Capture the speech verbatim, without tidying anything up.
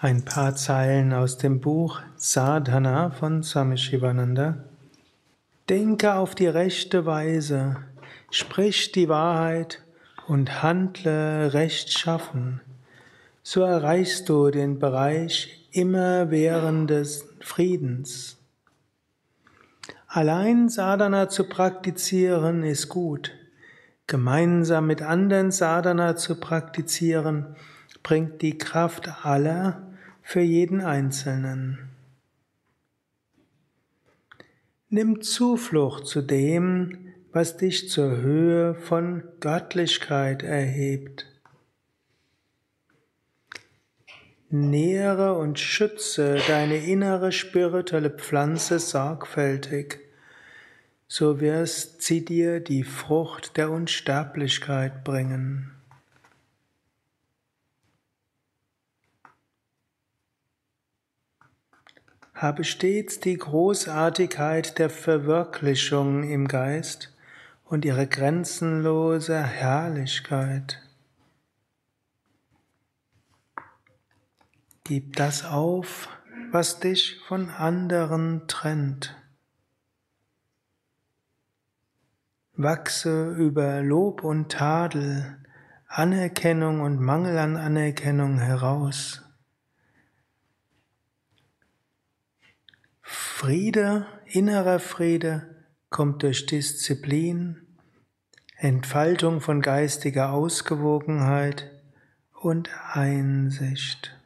Ein paar Zeilen aus dem Buch Sadhana von Swami Shivananda. Denke auf die rechte Weise, sprich die Wahrheit und handle rechtschaffen. So erreichst du den Bereich immerwährenden Friedens. Allein Sadhana zu praktizieren ist gut. Gemeinsam mit anderen Sadhana zu praktizieren, bringt die Kraft aller für jeden Einzelnen. Nimm Zuflucht zu dem, was dich zur Höhe von Göttlichkeit erhebt. Nähre und schütze deine innere spirituelle Pflanze sorgfältig, so wirst sie dir die Frucht der Unsterblichkeit bringen. Habe stets die Großartigkeit der Verwirklichung im Geist und ihre grenzenlose Herrlichkeit. Gib das auf, was dich von anderen trennt. Wachse über Lob und Tadel, Anerkennung und Mangel an Anerkennung heraus. Friede, innerer Friede kommt durch Disziplin, Entfaltung von geistiger Ausgewogenheit und Einsicht.